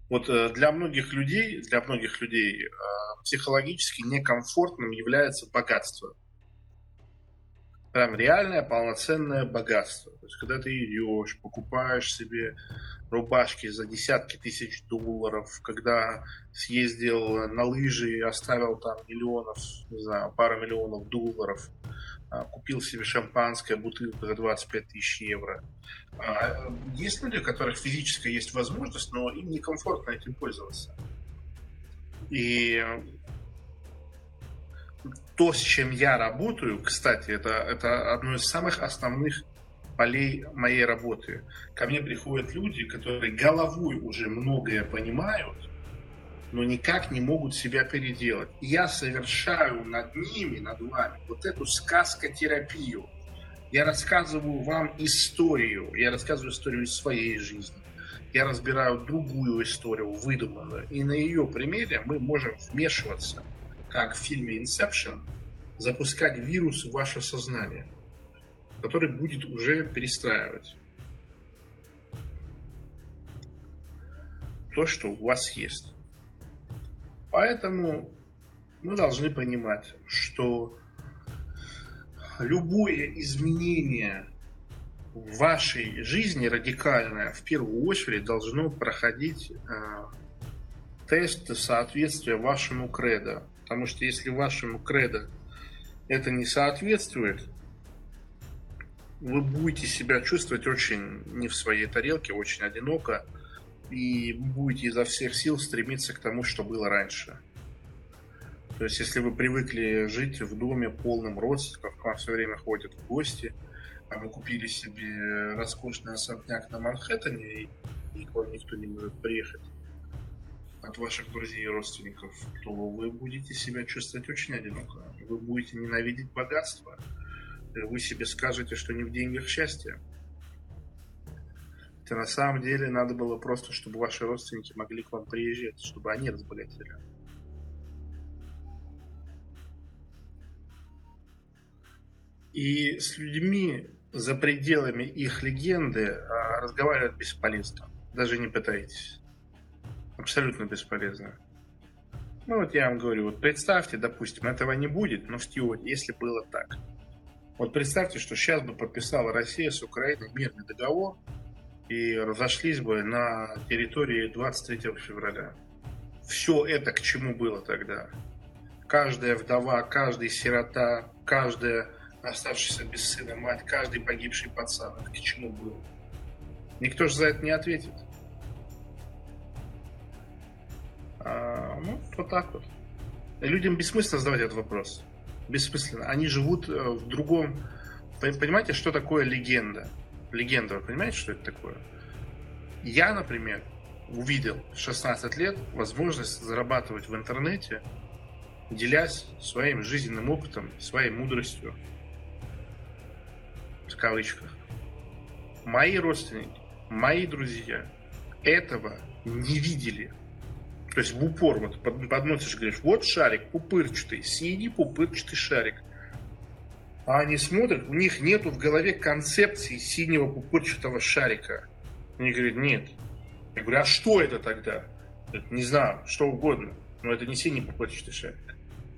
Вот для многих людей психологически некомфортным является богатство. Прям реальное полноценное богатство. То есть, когда ты идешь, покупаешь себе рубашки за десятки тысяч долларов, когда съездил на лыжи и оставил там миллионов, не знаю, пару миллионов долларов, купил себе шампанское, бутылку за 25 тысяч евро. Есть люди, у которых физически есть возможность, но им некомфортно этим пользоваться. И то, с чем я работаю, кстати, это одно из самых основных полей моей работы. Ко мне приходят люди, которые головой уже многое понимают, но никак не могут себя переделать. И я совершаю над ними, над вами, вот эту сказкотерапию. Я рассказываю вам историю. Я рассказываю историю из своей жизни. Я разбираю другую историю, выдуманную. И на ее примере мы можем вмешиваться, как в фильме «Инсепшн», запускать вирус в ваше сознание, который будет уже перестраивать то, что у вас есть. Поэтому мы должны понимать, что любое изменение в вашей жизни радикальное в первую очередь должно проходить тест соответствия вашему кредо. Потому что если вашему кредо это не соответствует, вы будете себя чувствовать очень не в своей тарелке, очень одиноко, и будете изо всех сил стремиться к тому, что было раньше. То есть, если вы привыкли жить в доме полным родственников, к вам все время ходят в гости, а вы купили себе роскошный особняк на Манхэттене, и к вам никто не может приехать от ваших друзей и родственников, то вы будете себя чувствовать очень одиноко. Вы будете ненавидеть богатство. Вы себе скажете, что не в деньгах счастье. Это на самом деле надо было просто, чтобы ваши родственники могли к вам приезжать, чтобы они разбогатели. И с людьми за пределами их легенды разговаривать бесполезно. Даже не пытайтесь. Абсолютно бесполезно. Ну вот я вам говорю, вот представьте, допустим, этого не будет, но в теории, если было так. Вот представьте, что сейчас бы подписала Россия с Украиной мирный договор и разошлись бы на территории 23 февраля. Все это к чему было тогда? Каждая вдова, каждый сирота, каждая оставшаяся без сына мать, каждый погибший пацан, это к чему было? Никто же за это не ответит. Ну, вот так вот. Людям бессмысленно задавать этот вопрос. Бессмысленно. Они живут в другом... Понимаете, что такое легенда? Легенда, вы понимаете, что это такое? Я, например, увидел в 16 лет возможность зарабатывать в интернете, делясь своим жизненным опытом, своей мудростью. В кавычках. Мои родственники, мои друзья этого не видели. То есть в упор вот подносишь, говоришь, вот шарик пупырчатый, синий пупырчатый шарик. А они смотрят, у них нету в голове концепции синего пупырчатого шарика. Они говорят, нет. Я говорю, а что это тогда? Говорят, не знаю, что угодно, но это не синий пупырчатый шарик.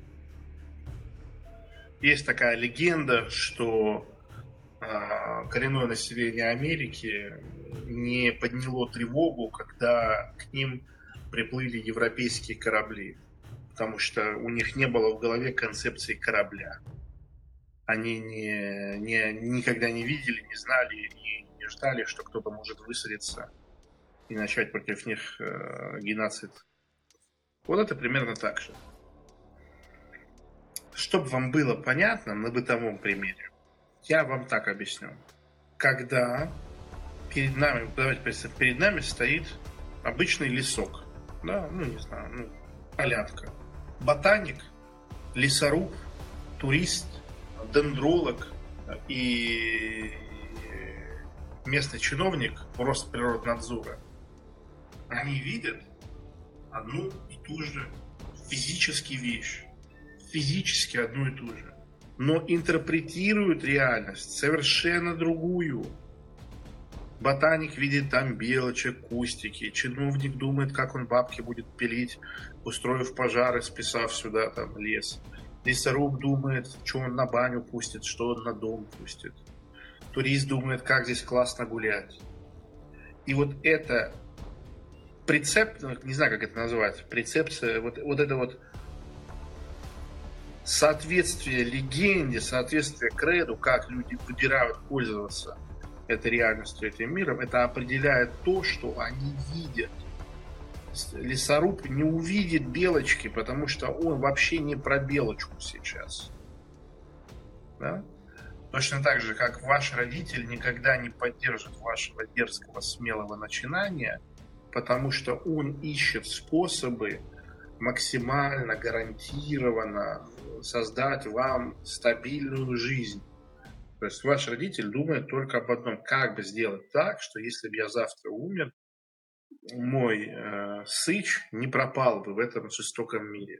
Есть такая легенда, что коренное население Америки не подняло тревогу, когда к ним приплыли европейские корабли, потому что у них не было в голове концепции корабля. Они никогда не видели, не знали и не ждали, что кто-то может высадиться и начать против них геноцид. Вот это примерно так же. Чтобы вам было понятно на бытовом примере, я вам так объясню. Когда перед нами, давайте представим, перед нами стоит обычный лесок, да, ну не знаю, полянка. Ботаник, лесоруб, турист, дендролог и местный чиновник Росприроднадзора. Они видят одну и ту же физически вещь. Физически одну и ту же. Но интерпретируют реальность совершенно другую. Ботаник видит там белочек, кустики. Чиновник думает, как он бабки будет пилить, устроив пожар и списав сюда там лес. Лесоруб думает, что он на баню пустит, что он на дом пустит. Турист думает, как здесь классно гулять. И вот это прицеп, не знаю, как это назвать, прецепция, вот это вот соответствие легенде, соответствие креду, как люди выбирают пользоваться этой реальностью, этим миром, это определяет то, что они видят. Лесоруб не увидит белочки, потому что он вообще не про белочку сейчас. Да? Точно так же, как ваш родитель никогда не поддержит вашего дерзкого, смелого начинания, потому что он ищет способы максимально гарантированно создать вам стабильную жизнь. То есть ваш родитель думает только об одном, как бы сделать так, что если бы я завтра умер, мой сыч не пропал бы в этом жестоком мире.